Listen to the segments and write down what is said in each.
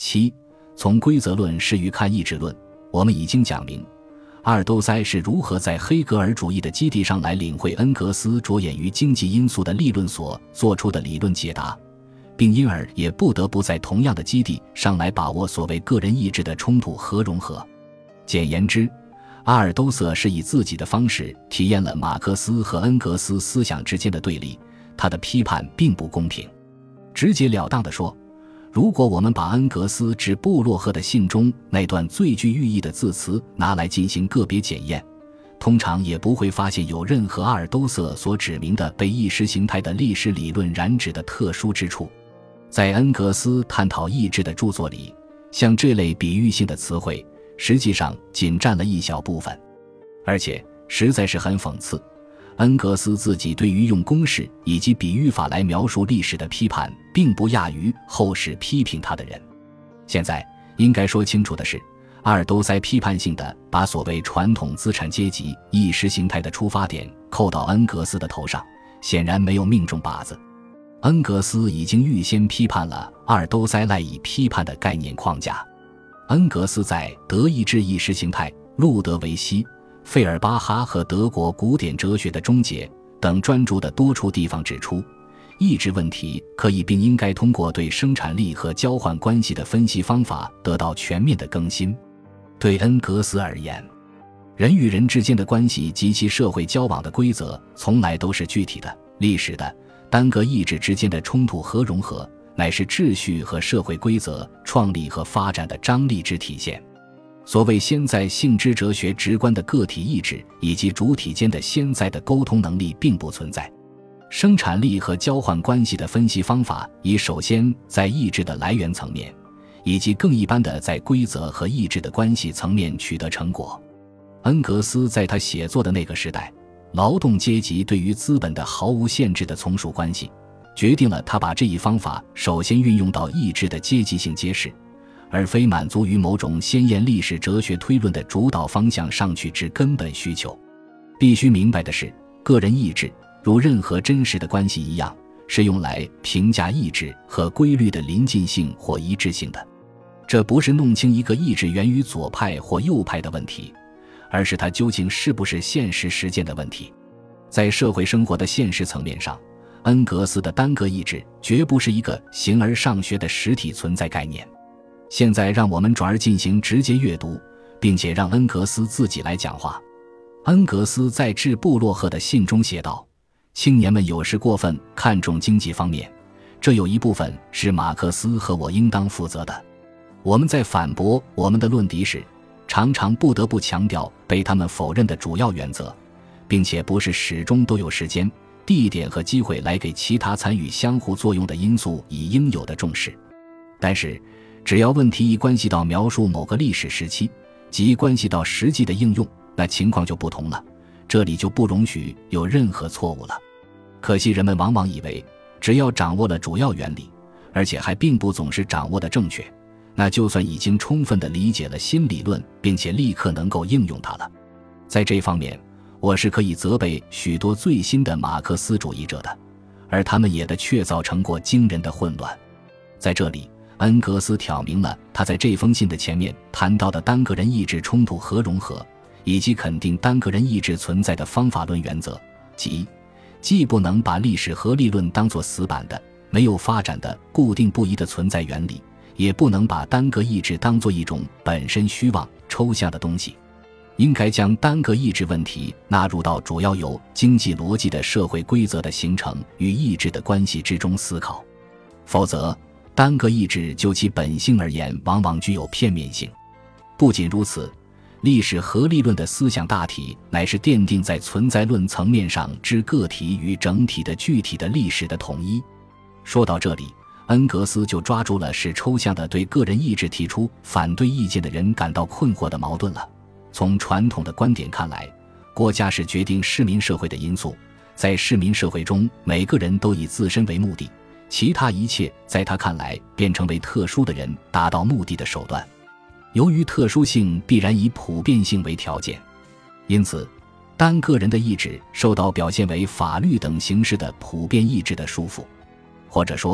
7. 从规则论适于看意志论。我们已经讲明阿尔都塞是如何在黑格尔主义的基地上来领会恩格斯着眼于经济因素的理论所做出的理论解答，并因而也不得不在同样的基地上来把握所谓个人意志的冲突和融合。简言之，阿尔都塞是以自己的方式体验了马克思和恩格斯思想之间的对立，他的批判并不公平。直截了当地说，如果我们把恩格斯致布洛赫的信中那段最具寓意的字词拿来进行个别检验，通常也不会发现有任何阿尔都塞所指明的被意识形态的历史理论染指的特殊之处。在恩格斯探讨意志的著作里，像这类比喻性的词汇实际上仅占了一小部分，而且实在是很讽刺，恩格斯自己对于用公式以及比喻法来描述历史的批判并不亚于后世批评他的人。现在应该说清楚的是，阿尔都塞批判性地把所谓传统资产阶级意识形态的出发点扣到恩格斯的头上，显然没有命中靶子。恩格斯已经预先批判了阿尔都塞赖以批判的概念框架。恩格斯在《德意志意识形态》、路德维希、费尔巴哈和德国古典哲学的终结等专著的多处地方指出，意志问题可以并应该通过对生产力和交换关系的分析方法得到全面的更新。对恩格斯而言，人与人之间的关系及其社会交往的规则从来都是具体的、历史的，单个意志之间的冲突和融合乃是秩序和社会规则创立和发展的张力之体现。所谓先在性之哲学直观的个体意志以及主体间的先在的沟通能力并不存在。生产力和交换关系的分析方法以首先在意志的来源层面，以及更一般的在规则和意志的关系层面取得成果。恩格斯在他写作的那个时代，劳动阶级对于资本的毫无限制的从属关系，决定了他把这一方法首先运用到意志的阶级性揭示，而非满足于某种先验历史哲学推论的主导方向上去之根本需求。必须明白的是，个人意志如任何真实的关系一样，是用来评价意志和规律的临近性或一致性的。这不是弄清一个意志源于左派或右派的问题，而是它究竟是不是现实实践的问题。在社会生活的现实层面上，恩格斯的单个意志绝不是一个形而上学的实体存在概念。现在让我们转而进行直接阅读，并且让恩格斯自己来讲话。恩格斯在致布洛赫的信中写道，青年们有时过分看重经济方面，这有一部分是马克思和我应当负责的。我们在反驳我们的论敌时，常常不得不强调被他们否认的主要原则，并且不是始终都有时间、地点和机会来给其他参与相互作用的因素以应有的重视。但是只要问题一关系到描述某个历史时期，即关系到实际的应用，那情况就不同了，这里就不容许有任何错误了。可惜人们往往以为只要掌握了主要原理，而且还并不总是掌握的正确，那就算已经充分地理解了新理论，并且立刻能够应用它了。在这方面，我是可以责备许多最新的马克思主义者的，而他们也的确造成过惊人的混乱。在这里，恩格斯挑明了他在这封信的前面谈到的单个人意志冲突和融合，以及肯定单个人意志存在的方法论原则，即既不能把历史合理论当作死板的、没有发展的、固定不移的存在原理，也不能把单个意志当作一种本身虚妄、抽象的东西。应该将单个意志问题纳入到主要由经济逻辑的社会规则的形成与意志的关系之中思考，否则单个意志就其本性而言往往具有片面性。不仅如此，历史合理论的思想大体乃是奠定在存在论层面上之个体与整体的具体的历史的统一。说到这里，恩格斯就抓住了使抽象的对个人意志提出反对意见的人感到困惑的矛盾了。从传统的观点看来，国家是决定市民社会的因素，在市民社会中，每个人都以自身为目的，其他一切在他看来便成为特殊的人达到目的的手段。由于特殊性必然以普遍性为条件，因此单个人的意志受到表现为法律等形式的普遍意志的束缚，或者说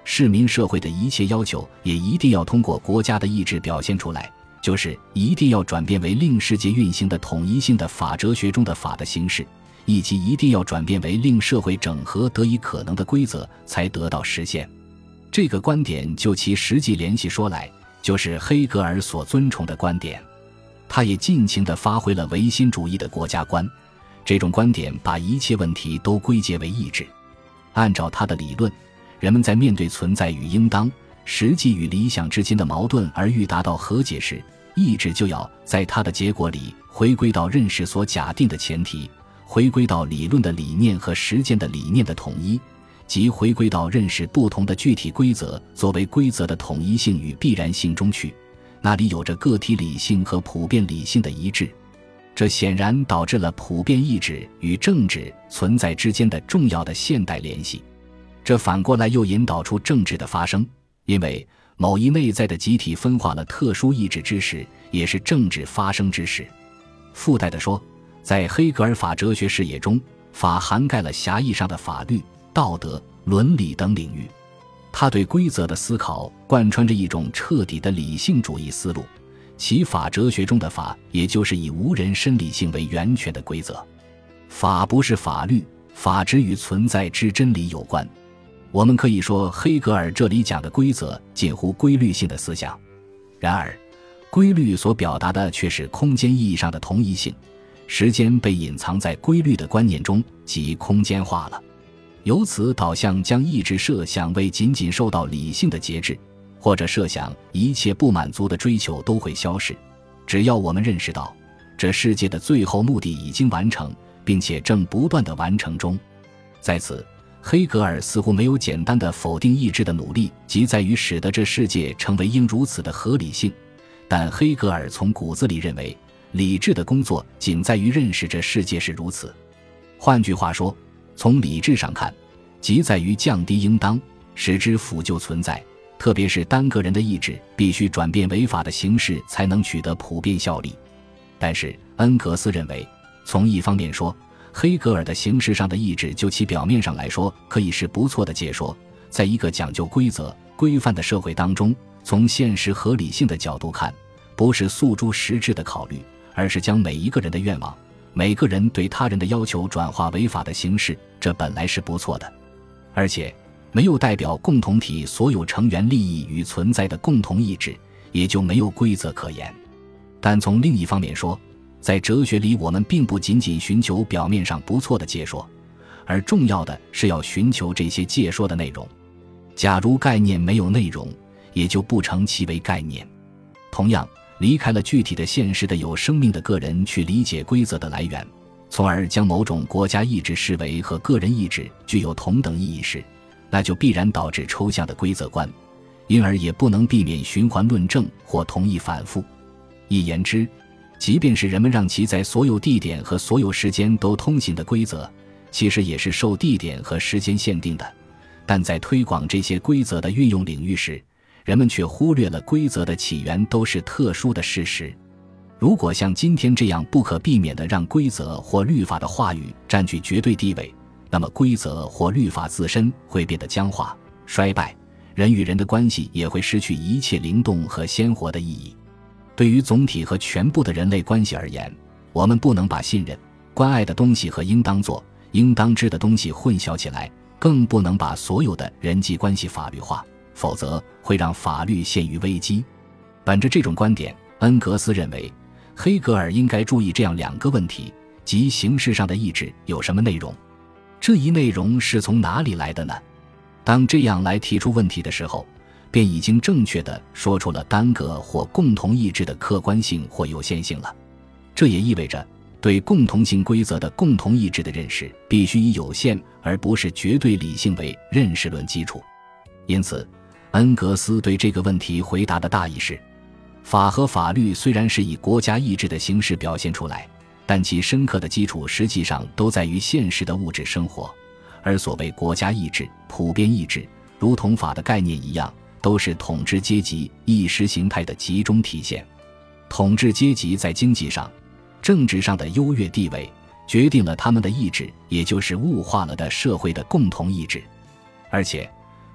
市民社会的一切要求也一定要通过国家的意志表现出来，就是一定要转变为令世界运行的统一性的法哲学中的法的形式，以及一定要转变为令社会整合得以可能的规则才得到实现。这个观点就其实际联系说来，就是黑格尔所尊崇的观点。他也尽情地发挥了唯心主义的国家观，这种观点把一切问题都归结为意志。按照他的理论，人们在面对存在与应当、实际与理想之间的矛盾而欲达到和解时，意志就要在它的结果里回归到认识所假定的前提，回归到理论的理念和实践的理念的统一，即回归到认识不同的具体规则作为规则的统一性与必然性中去，那里有着个体理性和普遍理性的一致。这显然导致了普遍意志与政治存在之间的重要的现代联系。这反过来又引导出政治的发生，因为某一内在的集体分化了特殊意志之时，也是政治发生之时。附带地说，在黑格尔法哲学视野中，法涵盖了狭义上的法律、道德、伦理等领域。他对规则的思考贯穿着一种彻底的理性主义思路，其法哲学中的法也就是以无人身理性为源泉的规则。法不是法律，法只与存在之真理有关。我们可以说，黑格尔这里讲的规则近乎规律性的思想。然而，规律所表达的却是空间意义上的同一性，时间被隐藏在规律的观念中，即空间化了。由此导向将意志设想为仅仅受到理性的节制，或者设想一切不满足的追求都会消逝。只要我们认识到，这世界的最后目的已经完成，并且正不断地完成中。在此，黑格尔似乎没有简单的否定意志的努力，即在于使得这世界成为应如此的合理性，但黑格尔从骨子里认为，理智的工作仅在于认识这世界是如此。换句话说，从理智上看，即在于降低应当，使之腐旧存在，特别是单个人的意志必须转变为法的形式才能取得普遍效力。但是恩格斯认为，从一方面说，黑格尔的形式上的意志就其表面上来说可以是不错的解说，在一个讲究规则规范的社会当中，从现实合理性的角度看，不是诉诸实质的考虑，而是将每一个人的愿望、每个人对他人的要求转化为法的形式，这本来是不错的。而且没有代表共同体所有成员利益与存在的共同意志，也就没有规则可言。但从另一方面说，在哲学里，我们并不仅仅寻求表面上不错的解说，而重要的是要寻求这些解说的内容。假如概念没有内容，也就不成其为概念。同样，离开了具体的现实的有生命的个人去理解规则的来源，从而将某种国家意志视为和个人意志具有同等意义时，那就必然导致抽象的规则观，因而也不能避免循环论证或同意反复。一言之，即便是人们让其在所有地点和所有时间都通行的规则，其实也是受地点和时间限定的，但在推广这些规则的运用领域时，人们却忽略了规则的起源都是特殊的事实。如果像今天这样不可避免地让规则或律法的话语占据绝对地位，那么规则或律法自身会变得僵化、衰败，人与人的关系也会失去一切灵动和鲜活的意义。对于总体和全部的人类关系而言，我们不能把信任、关爱的东西和应当做、应当知的东西混淆起来，更不能把所有的人际关系法律化，否则会让法律陷于危机。本着这种观点，恩格斯认为，黑格尔应该注意这样两个问题，即形式上的意志有什么内容，这一内容是从哪里来的呢？当这样来提出问题的时候，便已经正确地说出了单个或共同意志的客观性或有限性了。这也意味着，对共同性规则的共同意志的认识必须以有限而不是绝对理性为认识论基础。因此，恩格斯对这个问题回答的大意是，法和法律虽然是以国家意志的形式表现出来，但其深刻的基础实际上都在于现实的物质生活，而所谓国家意志、普遍意志，如同法的概念一样，都是统治阶级意识形态的集中体现。统治阶级在经济上、政治上的优越地位，决定了他们的意志，也就是物化了的社会的共同意志。而且，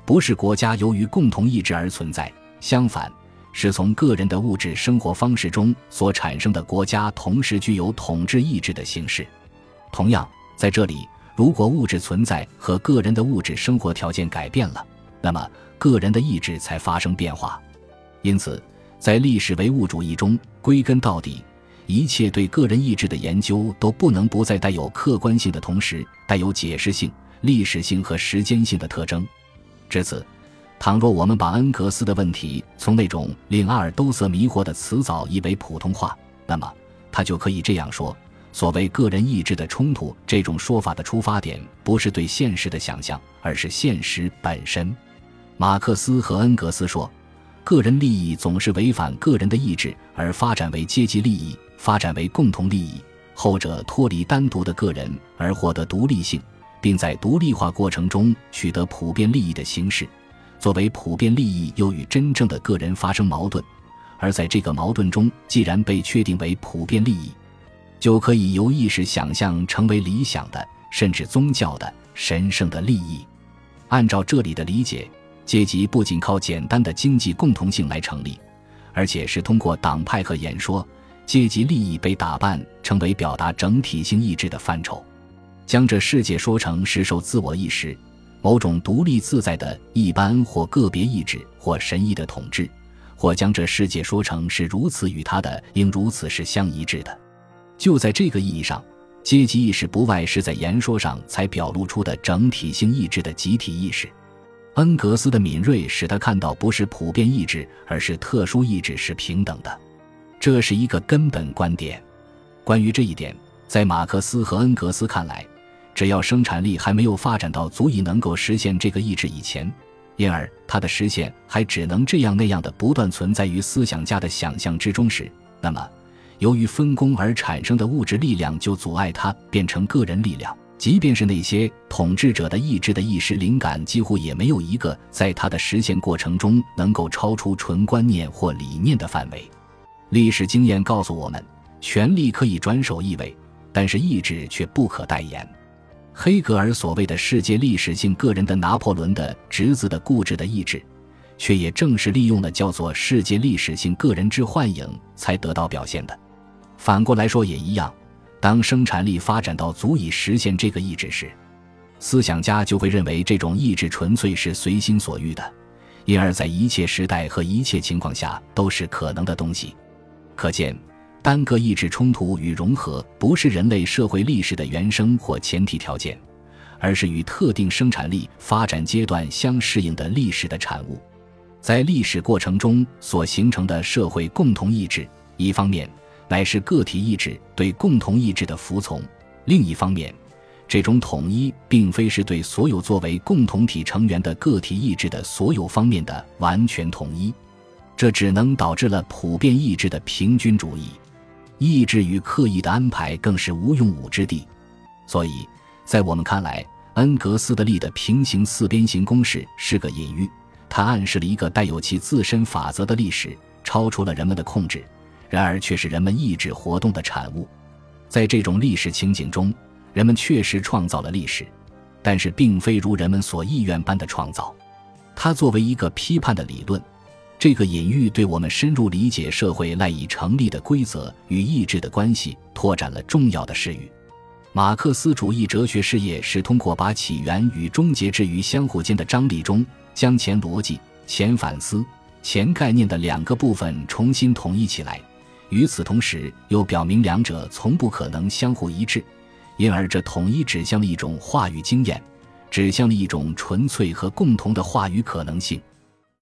不是国家由于共同意志而存在，相反，是从个人的物质生活方式中所产生的国家同时具有统治意志的形式。同样，在这里，如果物质存在和个人的物质生活条件改变了，那么个人的意志才发生变化。因此，在历史唯物主义中，归根到底，一切对个人意志的研究都不能不在带有客观性的同时带有解释性、历史性和时间性的特征。至此，倘若我们把恩格斯的问题从那种令阿尔都塞迷惑的词藻译为普通话，那么他就可以这样说：所谓个人意志的冲突，这种说法的出发点不是对现实的想象，而是现实本身。马克思和恩格斯说，个人利益总是违反个人的意志而发展为阶级利益，发展为共同利益，后者脱离单独的个人而获得独立性，并在独立化过程中取得普遍利益的形式。作为普遍利益又与真正的个人发生矛盾，而在这个矛盾中，既然被确定为普遍利益，就可以由意识想象成为理想的，甚至宗教的神圣的利益。按照这里的理解，阶级不仅靠简单的经济共同性来成立，而且是通过党派和演说，阶级利益被打扮成为表达整体性意志的范畴，将这世界说成是受自我意识某种独立自在的一般或个别意志或神意的统治，或将这世界说成是如此与它的应如此是相一致的。就在这个意义上，阶级意识不外是在言说上才表露出的整体性意志的集体意识。恩格斯的敏锐使他看到不是普遍意志，而是特殊意志是平等的，这是一个根本观点。关于这一点，在马克思和恩格斯看来，只要生产力还没有发展到足以能够实现这个意志以前，因而它的实现还只能这样那样的不断存在于思想家的想象之中时，那么由于分工而产生的物质力量就阻碍它变成个人力量，即便是那些统治者的意志的意识灵感，几乎也没有一个在它的实现过程中能够超出纯观念或理念的范围。历史经验告诉我们，权力可以转手易位，但是意志却不可代言。黑格尔所谓的世界历史性个人的拿破仑的侄子的固执的意志，却也正是利用了叫做世界历史性个人之幻影才得到表现的。反过来说也一样，当生产力发展到足以实现这个意志时，思想家就会认为这种意志纯粹是随心所欲的，因而在一切时代和一切情况下都是可能的东西。可见单个意志冲突与融合不是人类社会历史的原生或前提条件，而是与特定生产力发展阶段相适应的历史的产物。在历史过程中所形成的社会共同意志，一方面乃是个体意志对共同意志的服从，另一方面，这种统一并非是对所有作为共同体成员的个体意志的所有方面的完全统一，这只能导致了普遍意志的平均主义。意志与刻意的安排更是无用武之地。所以在我们看来，恩格斯的力的平行四边形公式是个隐喻，它暗示了一个带有其自身法则的历史，超出了人们的控制，然而却是人们意志活动的产物。在这种历史情景中，人们确实创造了历史，但是并非如人们所意愿般的创造。它作为一个批判的理论，这个隐喻对我们深入理解社会赖以成立的规则与意志的关系拓展了重要的视域。马克思主义哲学事业是通过把起源与终结置于相互间的张力中，将前逻辑、前反思、前概念的两个部分重新统一起来，与此同时又表明两者从不可能相互一致，因而这统一指向了一种话语经验，指向了一种纯粹和共同的话语可能性。